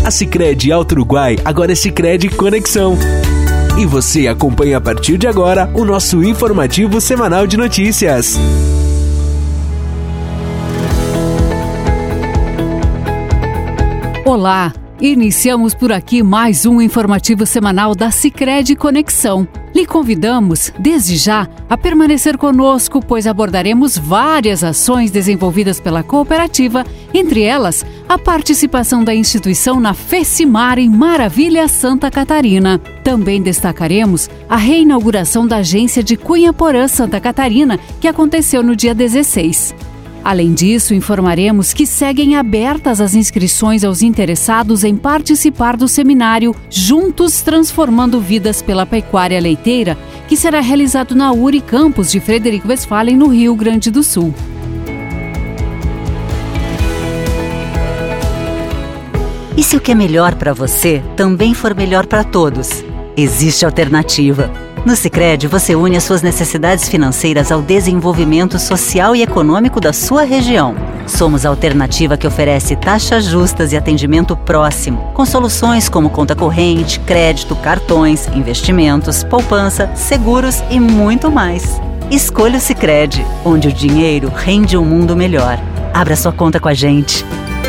A Sicredi Alto Uruguai agora é Sicredi Conexão. E você acompanha a partir de agora o nosso informativo semanal de notícias. Olá! Iniciamos por aqui mais um informativo semanal da Sicredi Conexão. Lhe convidamos, desde já, a permanecer conosco, pois abordaremos várias ações desenvolvidas pela cooperativa, entre elas, a participação da instituição na FECIMAR em Maravilha, Santa Catarina. Também destacaremos a reinauguração da agência de Cunhaporã, Santa Catarina, que aconteceu no dia 16. Além disso, informaremos que seguem abertas as inscrições aos interessados em participar do seminário Juntos Transformando Vidas pela Pecuária Leiteira, que será realizado na URI Campus de Frederico Westphalen, no Rio Grande do Sul. E se o que é melhor para você também for melhor para todos? Existe alternativa. No Sicredi, você une as suas necessidades financeiras ao desenvolvimento social e econômico da sua região. Somos a alternativa que oferece taxas justas e atendimento próximo, com soluções como conta corrente, crédito, cartões, investimentos, poupança, seguros e muito mais. Escolha o Sicredi, onde o dinheiro rende um mundo melhor. Abra sua conta com a gente.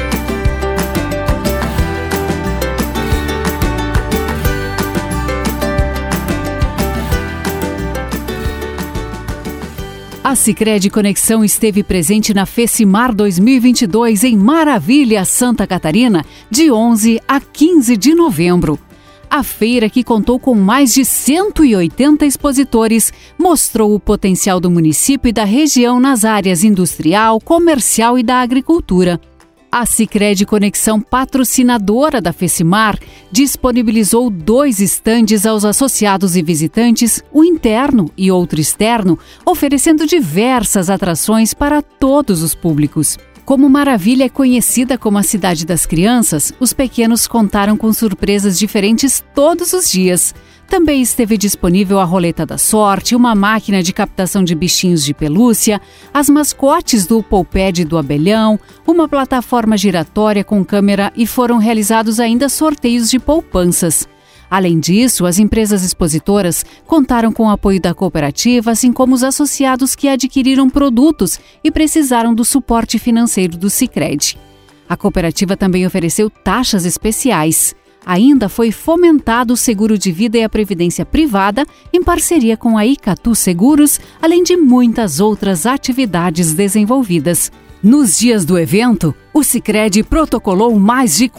A Sicredi Conexão esteve presente na FECIMAR 2022 em Maravilha, Santa Catarina, de 11 a 15 de novembro. A feira, que contou com mais de 180 expositores, mostrou o potencial do município e da região nas áreas industrial, comercial e da agricultura. A Sicredi Conexão, patrocinadora da FECIMAR, disponibilizou 2 estandes aos associados e visitantes, o interno e outro externo, oferecendo diversas atrações para todos os públicos. Como Maravilha é conhecida como a cidade das crianças, os pequenos contaram com surpresas diferentes todos os dias. Também esteve disponível a roleta da sorte, uma máquina de captação de bichinhos de pelúcia, as mascotes do Pouped e do Abelhão, uma plataforma giratória com câmera e foram realizados ainda sorteios de poupanças. Além disso, as empresas expositoras contaram com o apoio da cooperativa, assim como os associados que adquiriram produtos e precisaram do suporte financeiro do Sicredi. A cooperativa também ofereceu taxas especiais. Ainda foi fomentado o seguro de vida e a previdência privada em parceria com a Icatu Seguros, além de muitas outras atividades desenvolvidas. Nos dias do evento, o Sicredi protocolou mais de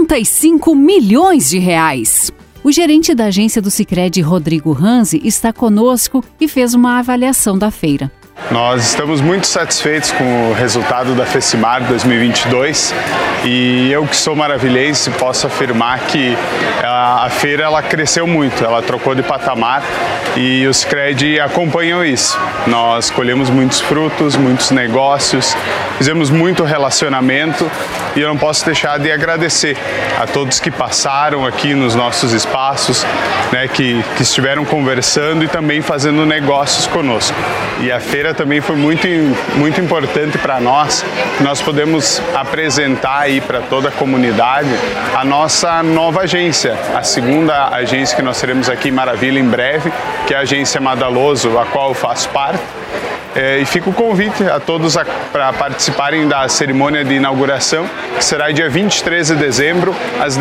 45 milhões de reais. O gerente da agência do Sicredi, Rodrigo Ranzi, está conosco e fez uma avaliação da feira. Nós estamos muito satisfeitos com o resultado da FECIMAR 2022 e eu, que sou maravilhense, posso afirmar que a feira ela cresceu muito, ela trocou de patamar e o Sicredi acompanhou isso. Nós colhemos muitos frutos, muitos negócios, fizemos muito relacionamento e eu não posso deixar de agradecer a todos que passaram aqui nos nossos espaços, né, que estiveram conversando e também fazendo negócios conosco. E a feira também foi muito importante para nós. Nós podemos apresentar aí para toda a comunidade a nossa nova agência, a segunda agência que nós teremos aqui em Maravilha em breve, que é a agência Madaloso, a qual eu faço parte. E fica o convite a todos para participarem da cerimônia de inauguração, que será dia 23 de dezembro, às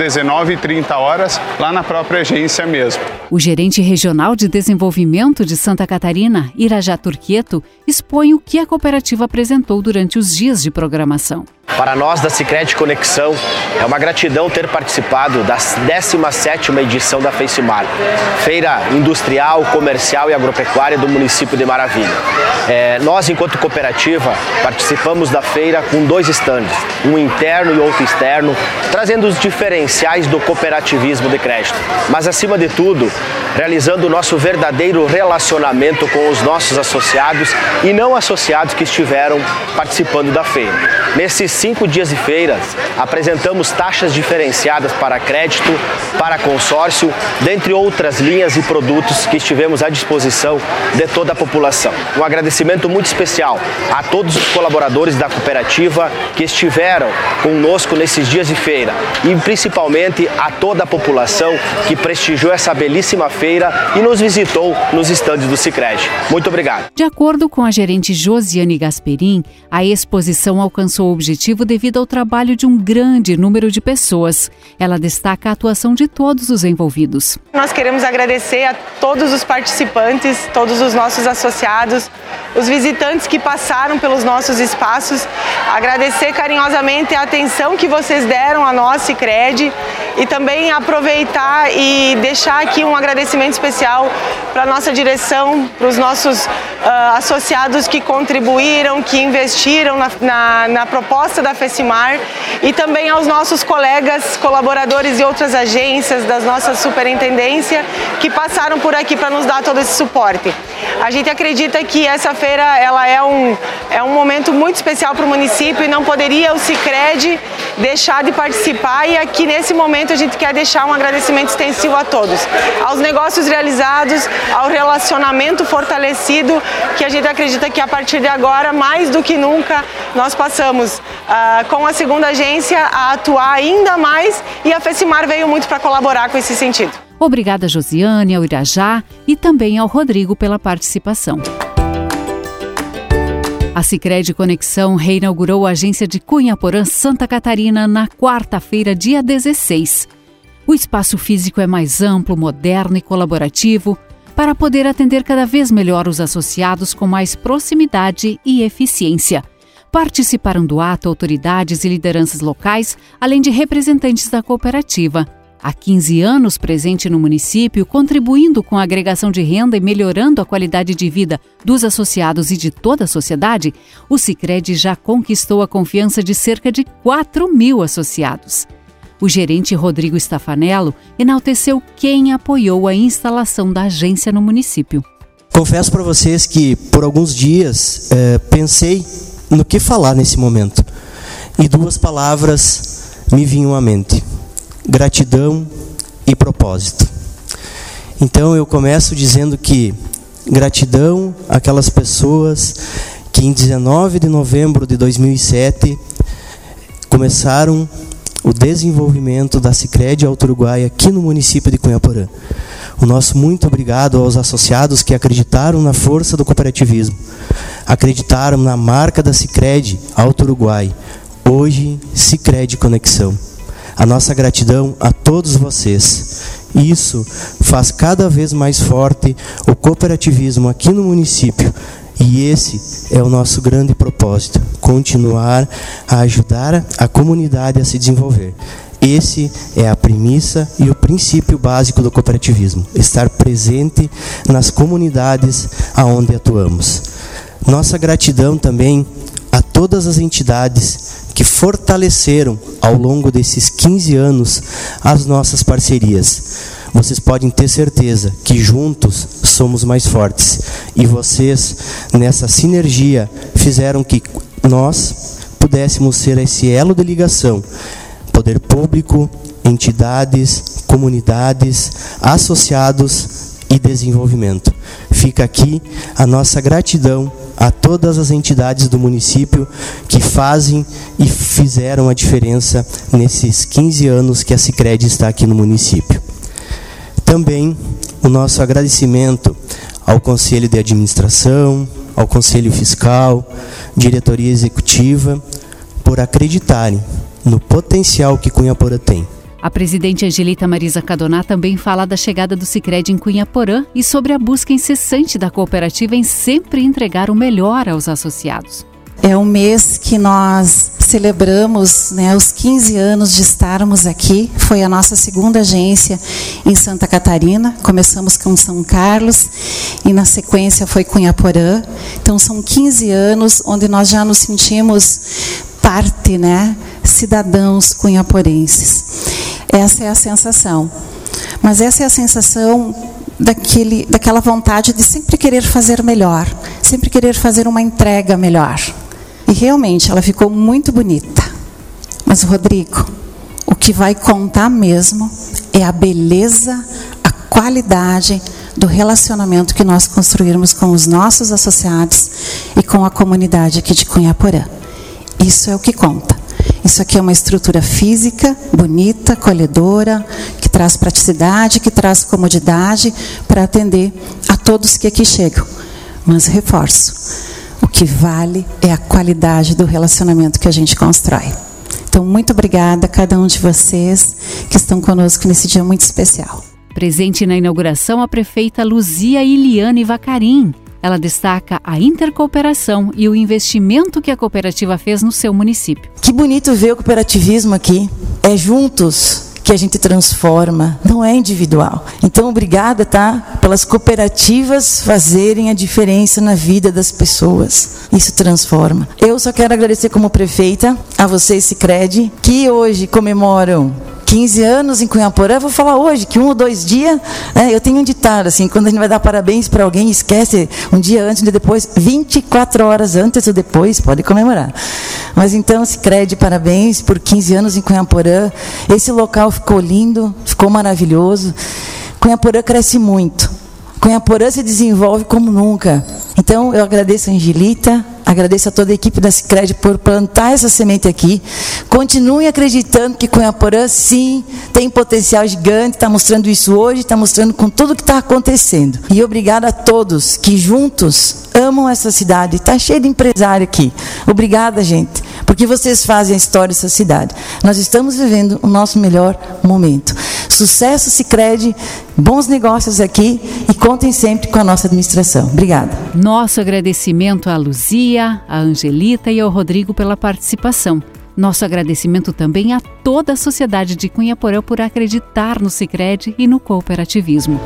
19h30, lá na própria agência mesmo. O gerente regional de desenvolvimento de Santa Catarina, Irajá Turqueto, expõe o que a cooperativa apresentou durante os dias de programação. Para nós da Sicredi Conexão, é uma gratidão ter participado da 17ª edição da FECIMAR, Feira Industrial, Comercial e Agropecuária do município de Maravilha. Nós, enquanto cooperativa, participamos da feira com 2 estandes, um interno e outro externo, trazendo os diferenciais do cooperativismo de crédito. Mas, acima de tudo, realizando o nosso verdadeiro relacionamento com os nossos associados e não associados que estiveram participando da feira. Nesses 5 dias de feiras, apresentamos taxas diferenciadas para crédito, para consórcio, dentre outras linhas e produtos que estivemos à disposição de toda a população. Um agradecimento muito especial a todos os colaboradores da cooperativa que estiveram conosco nesses dias de feira e principalmente a toda a população que prestigiou essa belíssima feira e nos visitou nos estandes do Sicredi. Muito obrigado. De acordo com a gerente Josiane Gasperin, a exposição alcançou o objetivo devido ao trabalho de um grande número de pessoas. Ela destaca a atuação de todos os envolvidos. Nós queremos agradecer a todos os participantes, todos os nossos associados, os visitantes que passaram pelos nossos espaços, agradecer carinhosamente a atenção que vocês deram a nós, Sicredi, e também aproveitar e deixar aqui um agradecimento especial para a nossa direção, para os nossos associados que contribuíram, que investiram na proposta da FECIMAR e também aos nossos colegas, colaboradores de outras agências, das nossas superintendências, que passaram por aqui para nos dar todo esse suporte. A gente acredita que essa feira ela é um momento muito especial para o município e não poderia o Sicredi deixar de participar, e aqui nesse momento a gente quer deixar um agradecimento extensivo a todos, aos negócios realizados, ao relacionamento fortalecido, que a gente acredita que a partir de agora, mais do que nunca, nós passamos com a segunda agência a atuar ainda mais, e a FECIMAR veio muito para colaborar com esse sentido. Obrigada, Josiane, ao Irajá e também ao Rodrigo pela participação. A Sicredi Conexão reinaugurou a agência de Cunhaporã, Santa Catarina, na quarta-feira, dia 16. O espaço físico é mais amplo, moderno e colaborativo para poder atender cada vez melhor os associados com mais proximidade e eficiência. Participaram do ato autoridades e lideranças locais, além de representantes da cooperativa. Há 15 anos presente no município, contribuindo com a agregação de renda e melhorando a qualidade de vida dos associados e de toda a sociedade, o Sicredi já conquistou a confiança de cerca de 4.000 associados. O gerente Rodrigo Stafanello enalteceu quem apoiou a instalação da agência no município. Confesso para vocês que por alguns dias pensei no que falar nesse momento. E 2 palavras me vinham à mente: gratidão e propósito. Então eu começo dizendo que gratidão àquelas pessoas que em 19 de novembro de 2007 começaram o desenvolvimento da Sicredi Alto Uruguai aqui no município de Cunhaporã. O nosso muito obrigado aos associados que acreditaram na força do cooperativismo, acreditaram na marca da Sicredi Alto Uruguai, hoje Sicredi Conexão. A nossa gratidão a todos vocês. Isso faz cada vez mais forte o cooperativismo aqui no município. E esse é o nosso grande propósito: continuar a ajudar a comunidade a se desenvolver. Esse é a premissa e o princípio básico do cooperativismo: estar presente nas comunidades aonde atuamos. Nossa gratidão também a todas as entidades que fortaleceram ao longo desses 15 anos as nossas parcerias. Vocês podem ter certeza que juntos somos mais fortes. E vocês, nessa sinergia, fizeram que nós pudéssemos ser esse elo de ligação. Poder público, entidades, comunidades, associados e desenvolvimento. Fica aqui a nossa gratidão a todas as entidades do município que fazem e fizeram a diferença nesses 15 anos que a Sicredi está aqui no município. Também o nosso agradecimento ao Conselho de Administração, ao Conselho Fiscal, diretoria executiva, por acreditarem no potencial que Cunhaporã tem. A presidente Angelita Marisa Cadonat também fala da chegada do Sicredi em Cunhaporã e sobre a busca incessante da cooperativa em sempre entregar o melhor aos associados. É um mês que nós celebramos, os 15 anos de estarmos aqui. Foi a nossa segunda agência em Santa Catarina. Começamos com São Carlos e na sequência foi Cunhaporã. Então são 15 anos onde nós já nos sentimos parte, cidadãos cunhaporenses. Essa é a sensação. Mas essa é a sensação daquela vontade de sempre querer fazer melhor, sempre querer fazer uma entrega melhor. E realmente ela ficou muito bonita. Mas, Rodrigo, o que vai contar mesmo é a beleza, a qualidade do relacionamento que nós construirmos com os nossos associados e com a comunidade aqui de Cunhaporã. Isso é o que conta. Isso aqui é uma estrutura física, bonita, acolhedora, que traz praticidade, que traz comodidade para atender a todos que aqui chegam. Mas reforço, o que vale é a qualidade do relacionamento que a gente constrói. Então, muito obrigada a cada um de vocês que estão conosco nesse dia muito especial. Presente na inauguração, a prefeita Luzia Iliane Vacarim. Ela destaca a intercooperação e o investimento que a cooperativa fez no seu município. Que bonito ver o cooperativismo aqui. É juntos que a gente transforma, não é individual. Então, obrigada, tá? Pelas cooperativas fazerem a diferença na vida das pessoas. Isso transforma. Eu só quero agradecer como prefeita a vocês, Sicredi, que hoje comemoram 15 anos em Cunhaporã. Vou falar hoje que 1 ou 2 dias, eu tenho um ditado assim, quando a gente vai dar parabéns para alguém, esquece um dia antes, um dia depois, 24 horas antes ou depois, pode comemorar. Mas então, Sicredi, parabéns por 15 anos em Cunhaporã. Esse local ficou lindo, ficou maravilhoso. Cunhaporã cresce muito. Cunhaporã se desenvolve como nunca. Então, eu agradeço a Angelita, agradeço a toda a equipe da Sicredi por plantar essa semente aqui. Continuem acreditando que Cunhaporã, sim, tem potencial gigante, está mostrando isso hoje, está mostrando com tudo que está acontecendo. E obrigada a todos que juntos amam essa cidade. Está cheio de empresário aqui. Obrigada, gente, porque vocês fazem a história dessa cidade. Nós estamos vivendo o nosso melhor momento. Sucesso, Sicredi, bons negócios aqui e contem sempre com a nossa administração. Obrigada. Nosso agradecimento à Luzia, à Angelita e ao Rodrigo pela participação. Nosso agradecimento também a toda a sociedade de Cunhaporã por acreditar no Sicredi e no cooperativismo.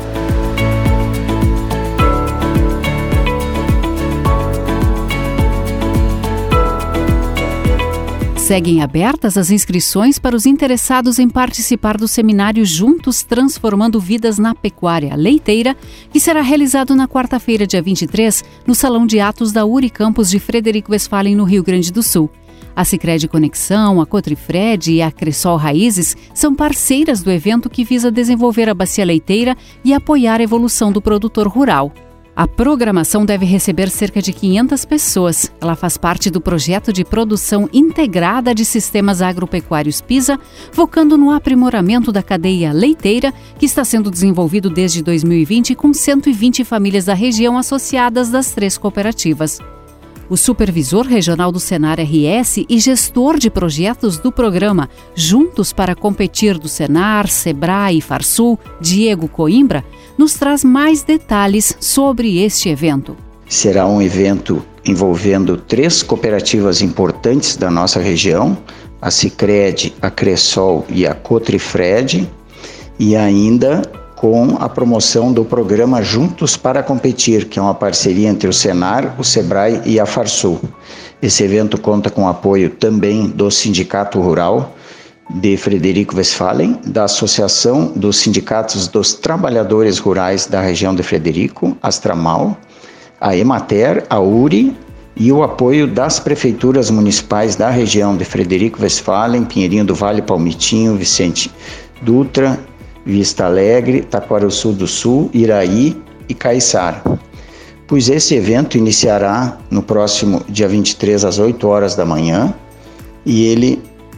Seguem abertas as inscrições para os interessados em participar do seminário Juntos Transformando Vidas na Pecuária Leiteira, que será realizado na quarta-feira, dia 23, no Salão de Atos da Unicampus de Frederico Westphalen, no Rio Grande do Sul. A Sicredi Conexão, a Cotrifred e a Cressol Raízes são parceiras do evento que visa desenvolver a bacia leiteira e apoiar a evolução do produtor rural. A programação deve receber cerca de 500 pessoas. Ela faz parte do projeto de produção integrada de sistemas agropecuários PISA, focando no aprimoramento da cadeia leiteira, que está sendo desenvolvido desde 2020 com 120 famílias da região associadas das 3 cooperativas. O supervisor regional do Senar RS e gestor de projetos do programa Juntos para Competir do Senar, Sebrae e Farsul, Diego Coimbra, nos traz mais detalhes sobre este evento. Será um evento envolvendo 3 cooperativas importantes da nossa região, a Sicredi, a Cressol e a Cotrifred, e ainda com a promoção do programa Juntos para Competir, que é uma parceria entre o Senar, o Sebrae e a Farsul. Esse evento conta com o apoio também do Sindicato Rural de Frederico Westphalen, da Associação dos Sindicatos dos Trabalhadores Rurais da região de Frederico, Astramal, a Emater, a URI e o apoio das prefeituras municipais da região de Frederico Westphalen, Pinheirinho do Vale, Palmitinho, Vicente Dutra, Vista Alegre, Taquarussu do Sul, Iraí e Caiçara. Pois esse evento iniciará no próximo dia 23 às 8 horas da manhã e ele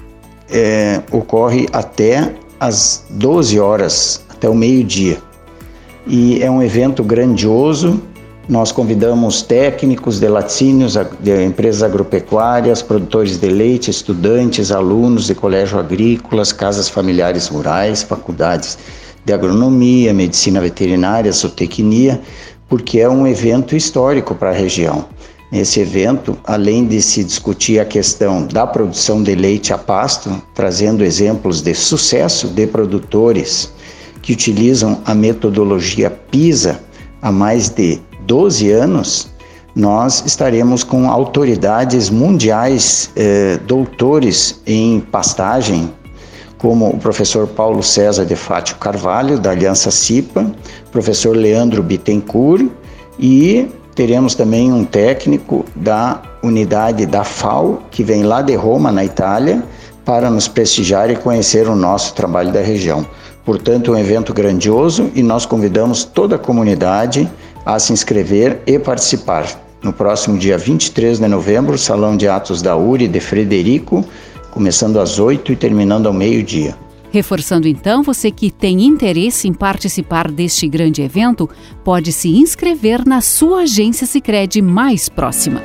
ocorre até às 12 horas, até o meio-dia. E é um evento grandioso. Nós convidamos técnicos de laticínios, de empresas agropecuárias, produtores de leite, estudantes, alunos de colégio agrícolas, casas familiares rurais, faculdades de agronomia, medicina veterinária, zootecnia, porque é um evento histórico para a região. Nesse evento, além de se discutir a questão da produção de leite a pasto, trazendo exemplos de sucesso de produtores que utilizam a metodologia PISA há mais de 12 anos, nós estaremos com autoridades mundiais, doutores em pastagem, como o professor Paulo César de Fátio Carvalho, da Aliança CIPA, professor Leandro Bittencourt, e teremos também um técnico da unidade da FAO, que vem lá de Roma, na Itália, para nos prestigiar e conhecer o nosso trabalho da região. Portanto, é um evento grandioso e nós convidamos toda a comunidade a se inscrever e participar. No próximo dia 23 de novembro, Salão de Atos da URI de Frederico, começando às 8 e terminando ao meio-dia. Reforçando então, você que tem interesse em participar deste grande evento, pode se inscrever na sua agência Sicredi mais próxima.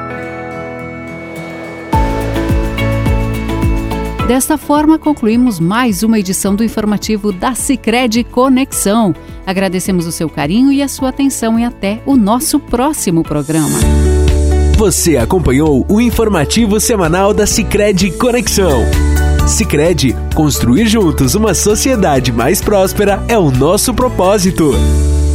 Desta forma, concluímos mais uma edição do informativo da Sicredi Conexão. Agradecemos o seu carinho e a sua atenção e até o nosso próximo programa. Você acompanhou o informativo semanal da Sicredi Conexão. Sicredi, construir juntos uma sociedade mais próspera é o nosso propósito.